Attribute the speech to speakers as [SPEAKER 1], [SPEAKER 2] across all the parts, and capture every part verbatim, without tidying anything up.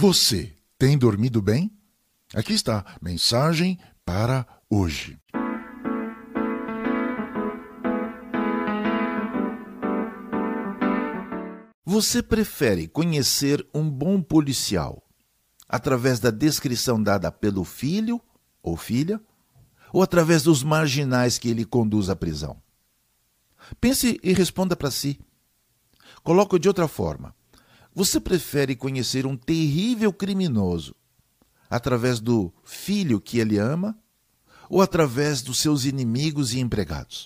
[SPEAKER 1] Você tem dormido bem? Aqui está, mensagem para hoje. Você prefere conhecer um bom policial através da descrição dada pelo filho ou filha, ou através dos marginais que ele conduz à prisão? Pense e responda para si. Coloco de outra forma. Você prefere conhecer um terrível criminoso através do filho que ele ama ou através dos seus inimigos e empregados?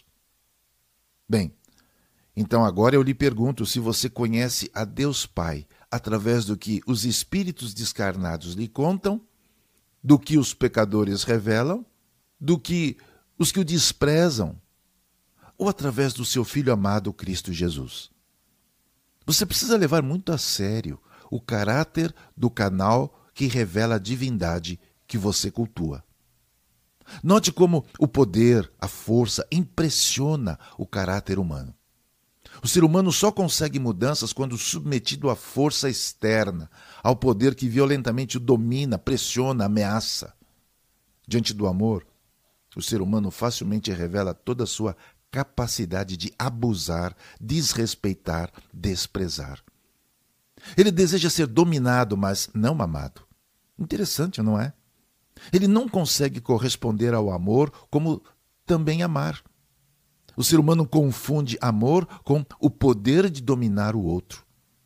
[SPEAKER 1] Bem, então agora eu lhe pergunto se você conhece a Deus Pai através do que os espíritos descarnados lhe contam, do que os pecadores revelam, do que os que o desprezam, ou através do seu Filho amado Cristo Jesus. Você precisa levar muito a sério o caráter do canal que revela a divindade que você cultua. Note como o poder, a força, impressiona o caráter humano. O ser humano só consegue mudanças quando submetido à força externa, ao poder que violentamente o domina, pressiona, ameaça. Diante do amor, o ser humano facilmente revela toda a sua capacidade de abusar, desrespeitar, desprezar. Ele deseja ser dominado, mas não amado. Interessante, não é? Ele não consegue corresponder ao amor como também amar. O ser humano confunde amor com o poder de dominar o outro.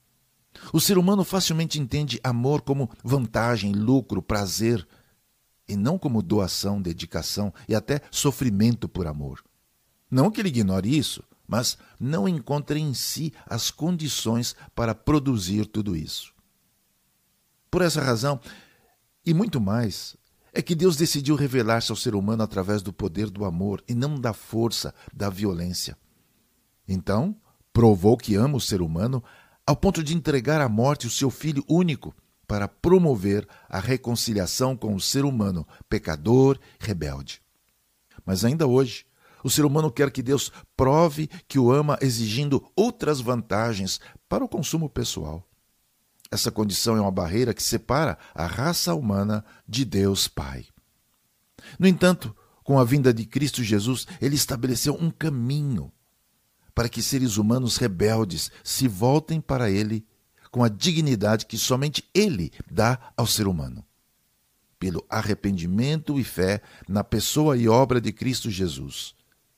[SPEAKER 1] O ser humano facilmente entende amor como vantagem, lucro, prazer, e não como doação, dedicação e até sofrimento por amor. Não que ele ignore isso, mas não encontra em si as condições para produzir tudo isso. Por essa razão, e muito mais, é que Deus decidiu revelar-se ao ser humano através do poder do amor e não da força, da violência. Então, provou que ama o ser humano ao ponto de entregar à morte o seu Filho único para promover a reconciliação com o ser humano pecador, rebelde. Mas ainda hoje, o ser humano quer que Deus prove que o ama exigindo outras vantagens para o consumo pessoal. Essa condição é uma barreira que separa a raça humana de Deus Pai. No entanto, com a vinda de Cristo Jesus, ele estabeleceu um caminho para que seres humanos rebeldes se voltem para ele com a dignidade que somente ele dá ao ser humano. Pelo arrependimento e fé na pessoa e obra de Cristo Jesus.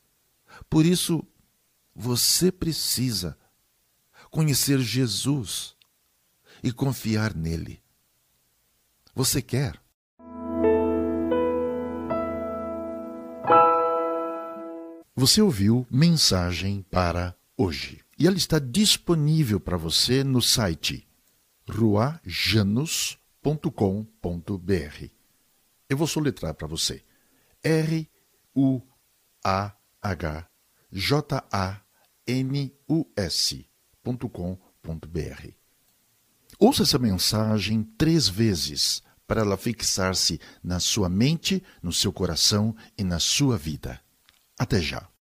[SPEAKER 1] Por isso, você precisa conhecer Jesus e confiar nele. Você quer? Você ouviu Mensagem para Hoje. E ela está disponível para você no site rua janus ponto com ponto b r. Eu vou soletrar para você. R U A H J A N U S ponto com ponto b r. Ouça essa mensagem três vezes para ela fixar-se na sua mente, no seu coração e na sua vida. Até já.